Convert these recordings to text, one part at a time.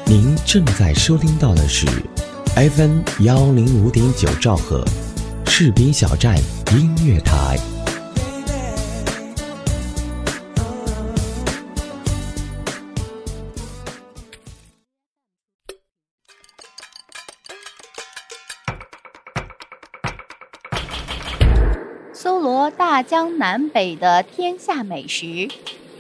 您正在收听到的是 FM 105.9兆赫士兵小站音乐台。 搜罗大江南北的天下美食，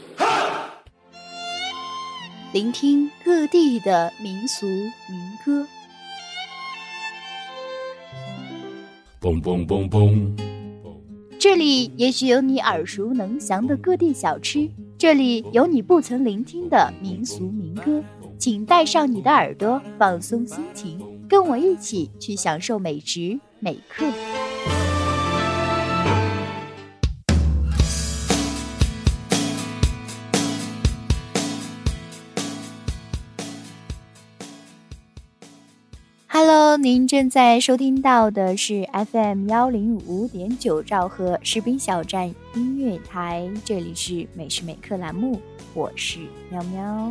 聆听各地的民俗民歌。 嘣嘣嘣嘣， 这里也许有你耳熟能详的各地小吃，这里有你不曾聆听的民俗民歌。请带上你的耳朵，放松心情，跟我一起去享受美食美客。Hello， 您正在收听到的是 FM 105.9兆赫士兵小站音乐台，这里是美食美客栏目，我是喵喵。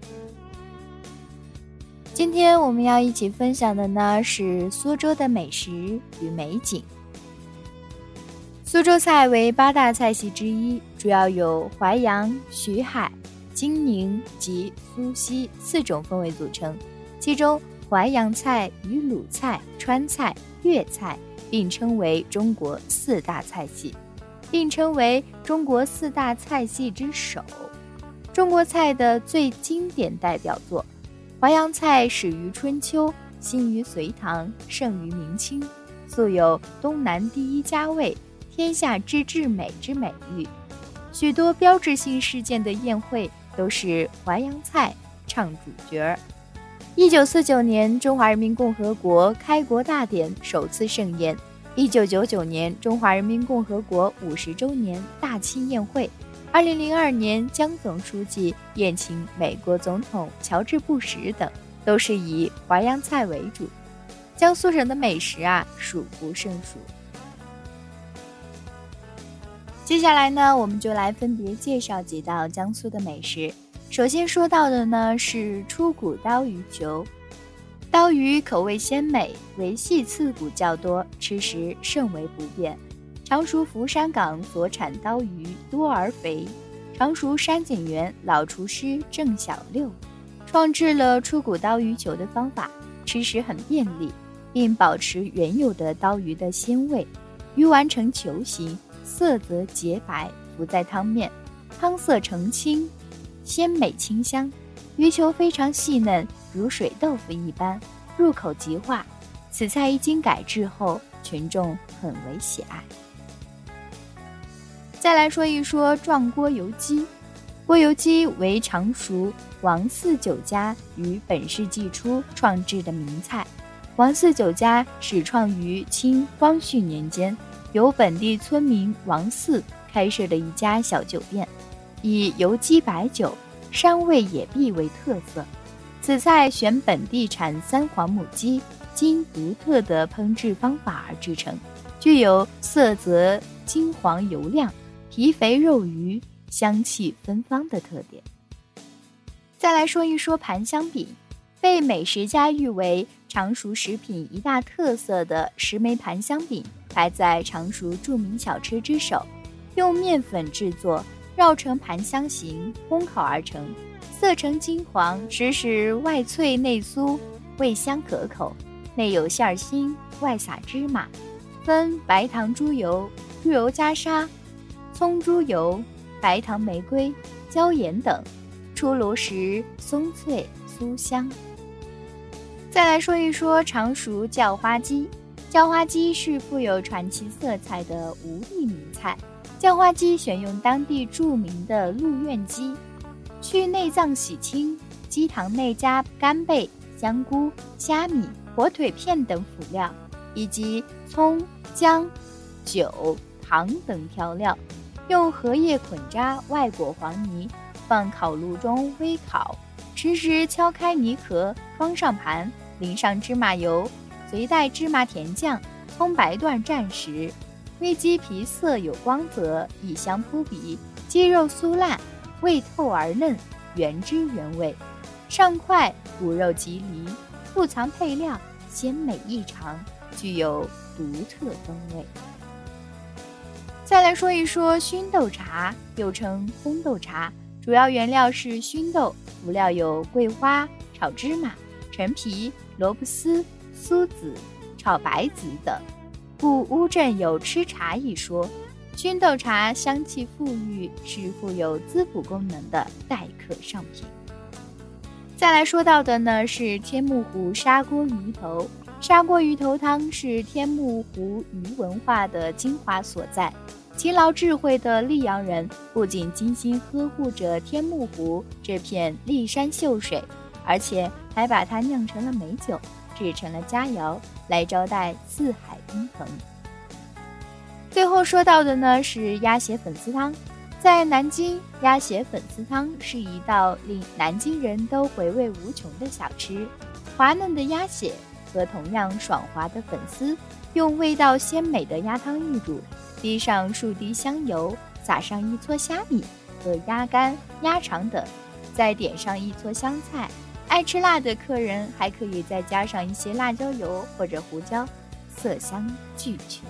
今天我们要一起分享的呢是苏州的美食与美景。苏州菜为8大菜系之一，主要有淮扬、徐海、金宁及苏西4种风味组成，其中淮扬菜与鲁菜、川菜、粤菜并称为中国4大菜系，并称为中国4大菜系之首。中国菜的最经典代表作，淮扬菜始于春秋，兴于隋唐，盛于明清，素有东南第一佳味、天下之至美之美誉。许多标志性事件的宴会都是淮扬菜唱主角。1949年中华人民共和国开国大典首次盛宴，1999年中华人民共和国50周年大庆宴会，2002年江总书记宴请美国总统乔治布什等，都是以淮扬菜为主。江苏省的美食数不胜数。接下来呢，我们就来分别介绍几道江苏的美食。首先说到的呢是出骨刀鱼球。刀鱼口味鲜美，维系刺骨较多，吃时甚为不便。常熟福山港所产刀鱼多而肥，常熟山景园老厨师郑小六创制了出骨刀鱼球的方法，吃时很便利，并保持原有的刀鱼的鲜味。鱼丸成球形，色泽洁白，浮在汤面，汤色澄清，鲜美清香。鱼球非常细嫩，如水豆腐一般，入口即化。此菜一经改制后，群众很为喜爱。再来说一说撞锅油鸡。锅油鸡为常熟王四九家于本世纪初创制的名菜。王四九家始创于清光绪年间，由本地村民王四开设的一家小酒店，以油鸡白酒、山味野碧为特色。此菜选本地产3黄母鸡，经独特的烹制方法而制成，具有色泽金黄油亮、皮肥肉鱼、香气芬芳的特点。再来说一说盘香饼。被美食家誉为常熟食品一大特色的石梅盘香饼排在常熟著名小吃之首。用面粉制作，绕成盘香形，烘烤而成，色呈金黄，食时外脆内酥，味香可口，内有馅心，外撒芝麻，分白糖猪油、猪油加沙、葱猪油、白糖玫瑰、椒盐等，出炉时松脆酥香。再来说一说常熟叫花鸡。叫花鸡是富有传奇色彩的吴地名菜。叫花鸡选用当地著名的鹿苑鸡，去内脏洗清，鸡汤内加干贝、香菇、虾米、火腿片等辅料，以及葱、姜、酒、糖等调料，用荷叶捆扎，外裹黄泥，放烤炉中微烤。吃时敲开泥壳，装上盘，淋上芝麻油，随带芝麻甜酱、葱白段蘸食。煨鸡皮色有光泽，异香扑鼻，鸡肉酥烂，味透而嫩，原汁原味。 上块骨肉极离，不藏配料，鲜美异常，具有独特风味。再来说一说熏豆茶，又称烘豆茶，主要原料是熏豆，辅料有桂花、炒芝麻、陈皮、萝卜丝、苏子、炒白子等，故乌镇有吃茶一说。熏豆茶香气馥郁，是富有滋补功能的待客上品。再来说到的呢是天目湖砂锅鱼头。砂锅鱼头汤是天目湖鱼文化的精华所在，勤劳智慧的溧阳人不仅精心呵护着天目湖这片丽山秀水，而且还把它酿成了美酒，制成了佳肴，来招待四海宾朋。最后说到的呢是鸭血粉丝汤。在南京，鸭血粉丝汤是一道令南京人都回味无穷的小吃。滑嫩的鸭血和同样爽滑的粉丝，用味道鲜美的鸭汤一煮，滴上数滴香油，撒上一撮虾米和鸭肝、鸭肠等，再点上一撮香菜。爱吃辣的客人还可以再加上一些辣椒油或者胡椒，色香俱全。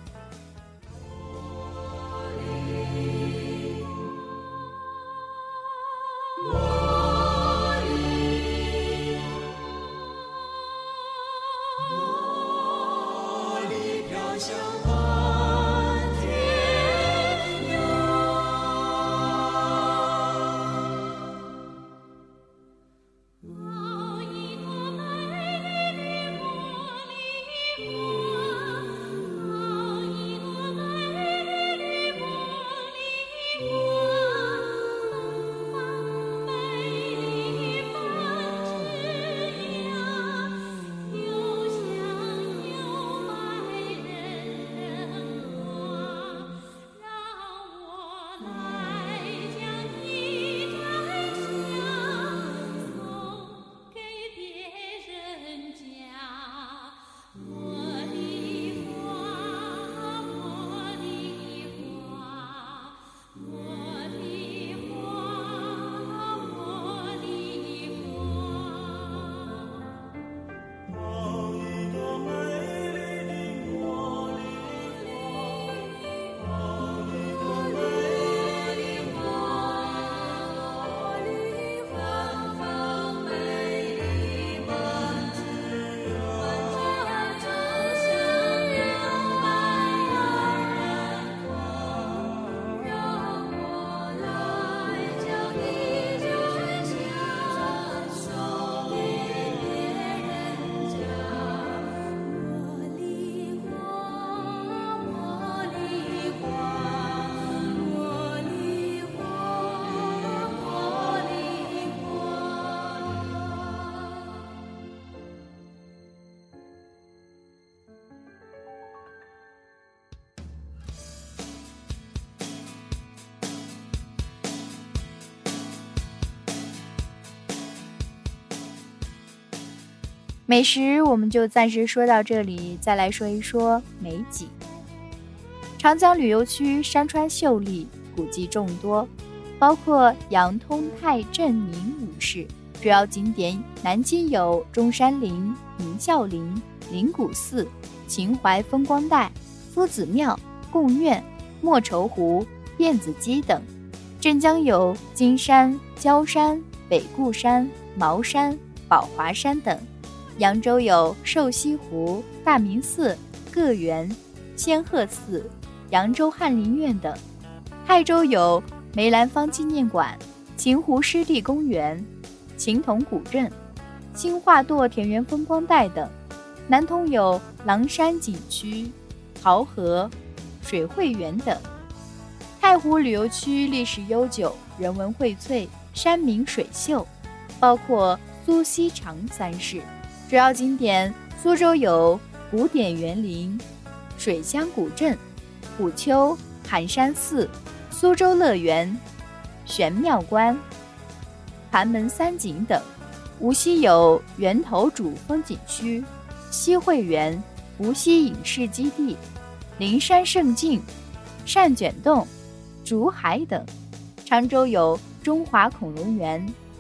美食我们就暂时说到这里，再来说一说美景。长江旅游区山川秀丽，古迹众多，包括杨通泰镇宁五市。主要景点南京有中山陵、明孝陵、灵谷寺、秦淮风光带、夫子庙、贡院、莫愁湖、辫子矶等。镇江有金山、焦山、北固山、茅山、宝华山等。扬州有瘦西湖、大明寺、个园、仙鹤寺、扬州翰林院等。泰州有梅兰芳纪念馆、秦湖湿地公园、秦童古镇、新化垛田园风光带等。南通有狼山景区、桃河、水汇园等。太湖旅游区历史悠久，人文荟萃，山明水秀，包括苏锡常三市。主要景点苏州有古典园林、水乡古镇、虎丘、寒山寺、苏州乐园、玄妙观、盘门三景等。无锡有源头渚风景区、西汇园、无锡影视基地、灵山胜境、善卷洞、竹海等。常州有中华恐龙园、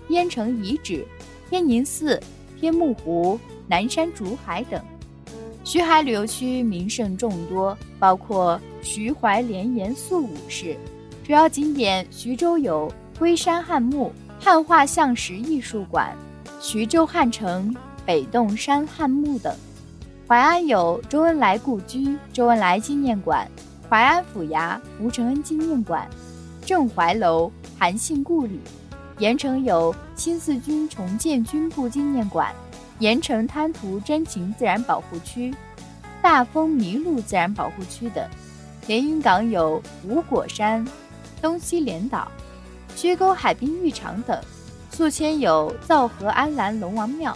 燕城遗址、天宁寺、天目湖、南山竹海等。徐海旅游区名胜众多，包括徐怀连严肃武士。主要景点徐州有龟山汉墓、汉画像石艺术馆、徐州汉城、北洞山汉墓等。淮安有周恩来故居、周恩来纪念馆、淮安府衙、吴承恩纪念馆、郑怀楼、韩信故里。盐城有新四军重建军部纪念馆、盐城滩涂真情自然保护区、大丰麋鹿自然保护区等。连云港有五果山、东西连岛、薛沟海滨浴场等。宿迁有皂河安澜龙王庙。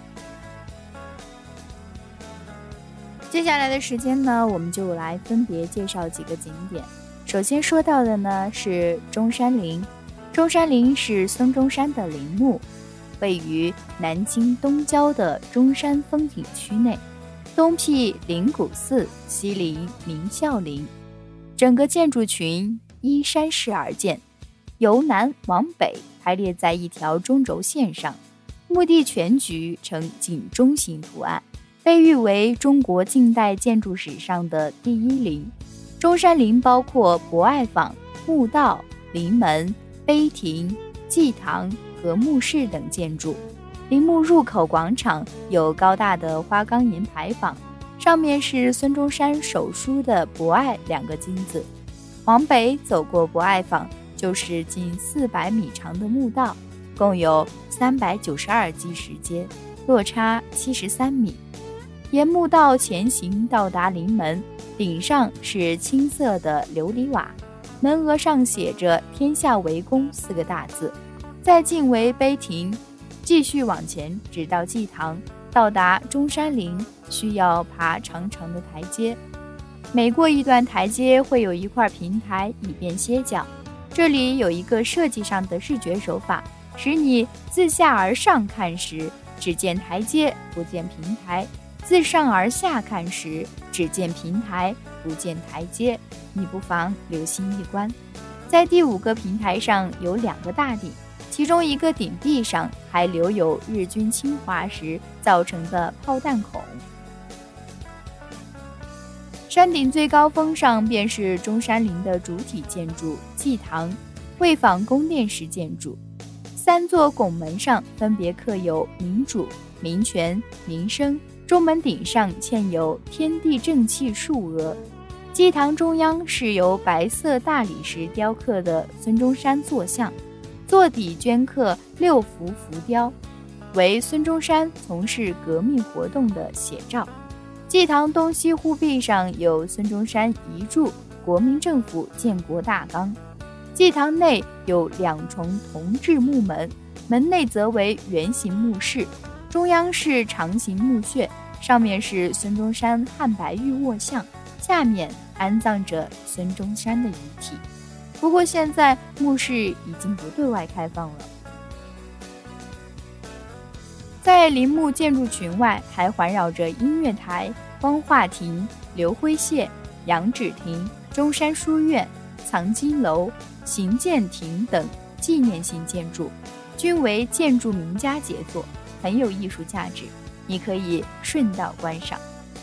接下来的时间呢，我们就来分别介绍几个景点。首先说到的呢是中山陵。中山陵是孙中山的陵墓，位于南京东郊的中山风景区内，东毗灵谷寺，西临明孝陵。整个建筑群依山势而建，由南往北排列在一条中轴线上，墓地全局呈井钟形图案，被誉为中国近代建筑史上的第一陵。中山陵包括博爱坊、墓道、陵门、碑亭、祭堂和墓室等建筑。陵墓入口广场有高大的花岗岩牌坊，上面是孙中山手书的博爱2个金字。往北走过博爱坊，就是近400米长的墓道，共有392基石阶，落差73米。沿墓道前行到达陵门，顶上是青色的琉璃瓦，门额上写着天下为公4个大字。再进为碑亭，继续往前直到祭堂，到达中山陵需要爬长长的台阶。每过一段台阶会有一块平台以便歇脚，这里有一个设计上的视觉手法，使你自下而上看时只见台阶不见平台，自上而下看时只见平台不见台阶，你不妨留心一观。在第5个平台上有2个大顶，其中一个顶壁上还留有日军侵华时造成的炮弹孔。山顶最高峰上便是中山陵的主体建筑祭堂，为仿宫殿式建筑。3座拱门上分别刻有民主、民权、民生，中门顶上嵌有天地正气数额。祭堂中央是由白色大理石雕刻的孙中山坐像，座底镌刻6幅浮雕，为孙中山从事革命活动的写照。祭堂东西护壁上有孙中山遗著国民政府建国大纲。祭堂内有2重铜制木门，门内则为圆形墓室，中央是长形墓穴，上面是孙中山汉白玉卧像，下面安葬着孙中山的遗体。不过现在墓室已经不对外开放了。在陵墓建筑群外还环绕着音乐台、光化亭、刘辉榭、杨芷亭、中山书院、藏经楼、行健亭等纪念性建筑，均为建筑名家杰作，很有艺术价值，你可以顺道观赏。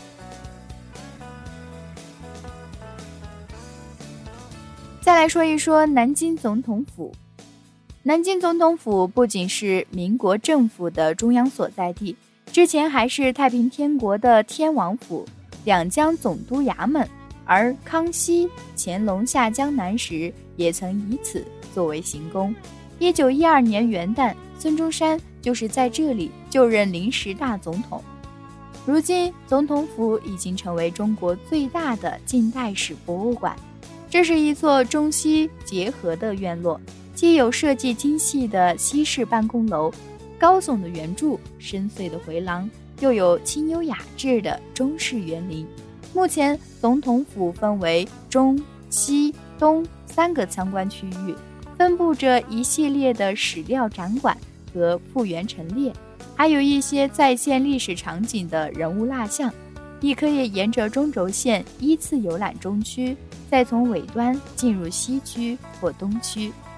再来说一说南京总统府。南京总统府不仅是民国政府的中央所在地，之前还是太平天国的天王府、两江总督衙门，而康熙、乾隆下江南时也曾以此作为行宫。1912年元旦，孙中山就是在这里就任临时大总统。如今总统府已经成为中国最大的近代史博物馆，这是一座中西结合的院落，既有设计精细的西式办公楼、高耸的圆柱、深邃的回廊，又有清幽雅致的中式园林。目前总统府分为中、西、东3个参观区域，分布着一系列的史料展馆和复原陈列，还有一些再现历史场景的人物蜡像。你可以沿着中轴线依次游览中区，再从尾端进入西区或东区。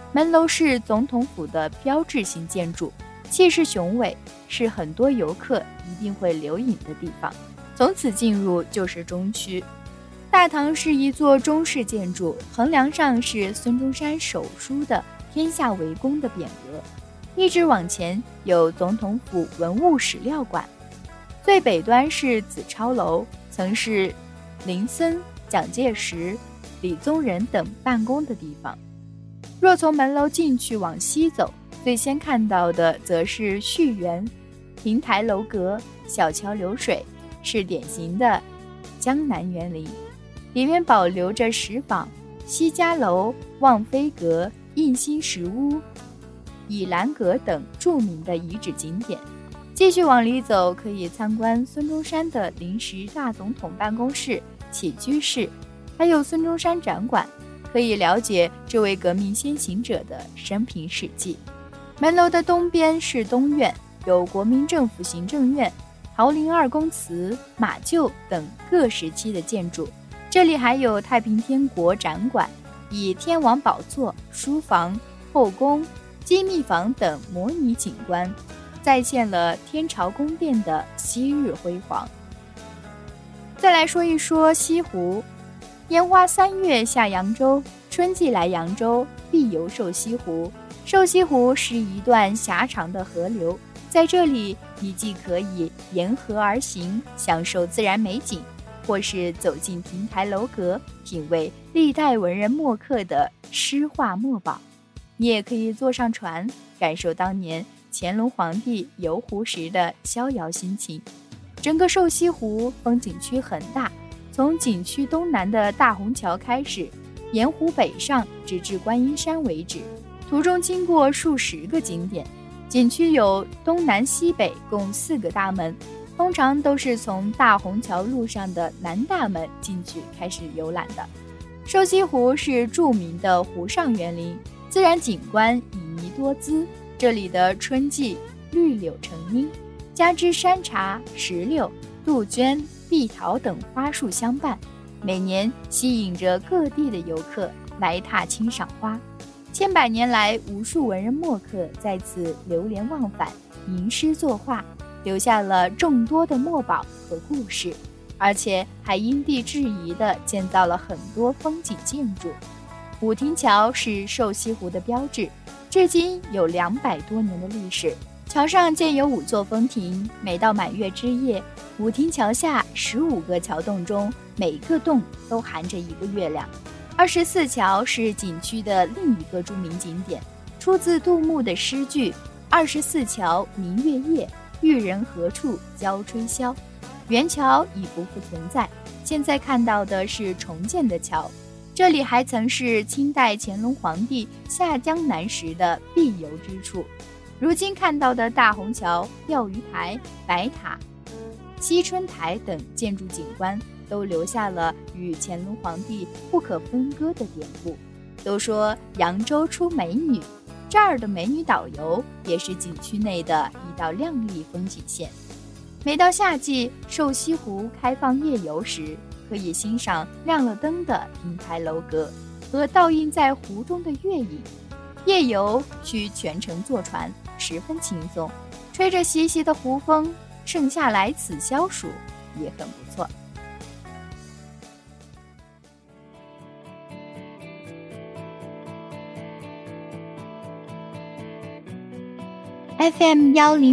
门楼是总统府的标志性建筑，气势雄伟，是很多游客一定会留影的地方。从此进入就是中区。大堂是一座中式建筑，横梁上是孙中山手书的天下为公的匾额，一直往前有总统府文物史料馆。最北端是子超楼，曾是林森、蒋介石、李宗仁等办公的地方。若从门楼进去往西走，最先看到的则是序园、亭台楼阁、小桥流水，是典型的江南园林。里面保留着石坊、西家楼、望妃阁、印心石屋、倚兰阁等著名的遗址景点。继续往里走，可以参观孙中山的临时大总统办公室、起居室，还有孙中山展馆，可以了解这位革命先行者的生平事迹。门楼的东边是东院，有国民政府行政院、桃林二公祠、马厩等各时期的建筑。这里还有太平天国展馆，以天王宝座、书房、后宫、机密房等模拟景观，再现了天朝宫殿的昔日辉煌。再来说一说西湖，烟花3月下扬州，春季来扬州必游瘦西湖。瘦西湖是一段狭长的河流，在这里你既可以沿河而行，享受自然美景，或是走进亭台楼阁，品味历代文人墨客的诗画墨宝。你也可以坐上船，感受当年乾隆皇帝游湖时的逍遥心情。整个瘦西湖风景区很大，从景区东南的大虹桥开始，沿湖北上直至观音山为止，途中经过数十个景点。景区有东南西北共4个大门，通常都是从大虹桥路上的南大门进去开始游览的。瘦西湖是著名的湖上园林，自然景观旖旎多姿，这里的春季绿柳成荫，加之山茶、石榴、杜鹃、碧桃等花树相伴，每年吸引着各地的游客来踏青赏花。千百年来，无数文人墨客在此流连忘返，吟诗作画，留下了众多的墨宝和故事，而且还因地制宜地建造了很多风景建筑。舞亭桥是瘦西湖的标志，至今有200多年的历史。桥上建有5座风亭，每到满月之夜，舞亭桥下15个桥洞中，每个洞都含着1个月亮。24桥是景区的另一个著名景点，出自杜牧的诗句：24桥明月夜，玉人何处教吹箫。原桥已不复存在，现在看到的是重建的桥。这里还曾是清代乾隆皇帝下江南时的必游之处。如今看到的大虹桥、钓鱼台、白塔、西春台等建筑景观，都留下了与乾隆皇帝不可分割的典故。都说扬州出美女，这儿的美女导游也是景区内的一道亮丽风景线。每到夏季，瘦西湖开放夜游时，可以欣赏亮了灯的亭台楼阁和倒映在湖中的月影。夜游需全程坐船，十分轻松，吹着习习的湖风，盛夏来此消暑也很不错。FM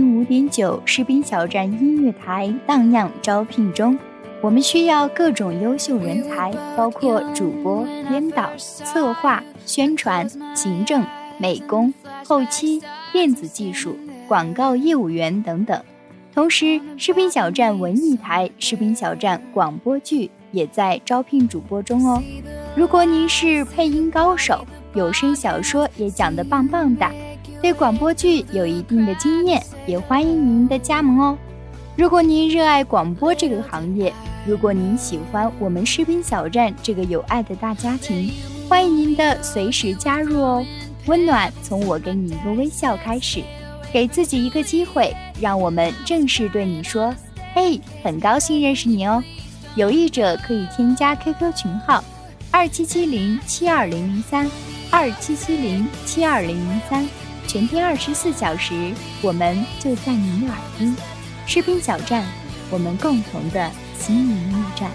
105.9士兵小站音乐台荡漾招聘中，我们需要各种优秀人才，包括主播、编导、策划、宣传、行政、美工、后期、电子技术、广告业务员等等。同时，士兵小站文艺台、士兵小站广播剧也在招聘主播中哦。如果您是配音高手，有声小说也讲得棒棒的，对广播剧有一定的经验，也欢迎您的加盟哦。如果您热爱广播这个行业，如果您喜欢我们士兵小站这个有爱的大家庭，欢迎您的随时加入哦。温暖从我给你一个微笑开始，给自己一个机会，让我们正式对你说，嘿，很高兴认识你哦。有意者可以添加 QQ 群号2770720003 27707203，全天24小时，我们就在您的耳边。士兵小站，我们共同的心灵驿站。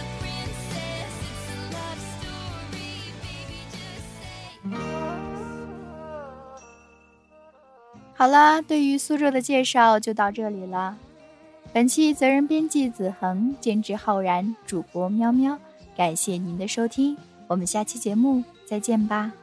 好啦，对于苏州的介绍就到这里了。本期责任编辑子恒，监制浩然，主播喵喵，感谢您的收听，我们下期节目再见吧。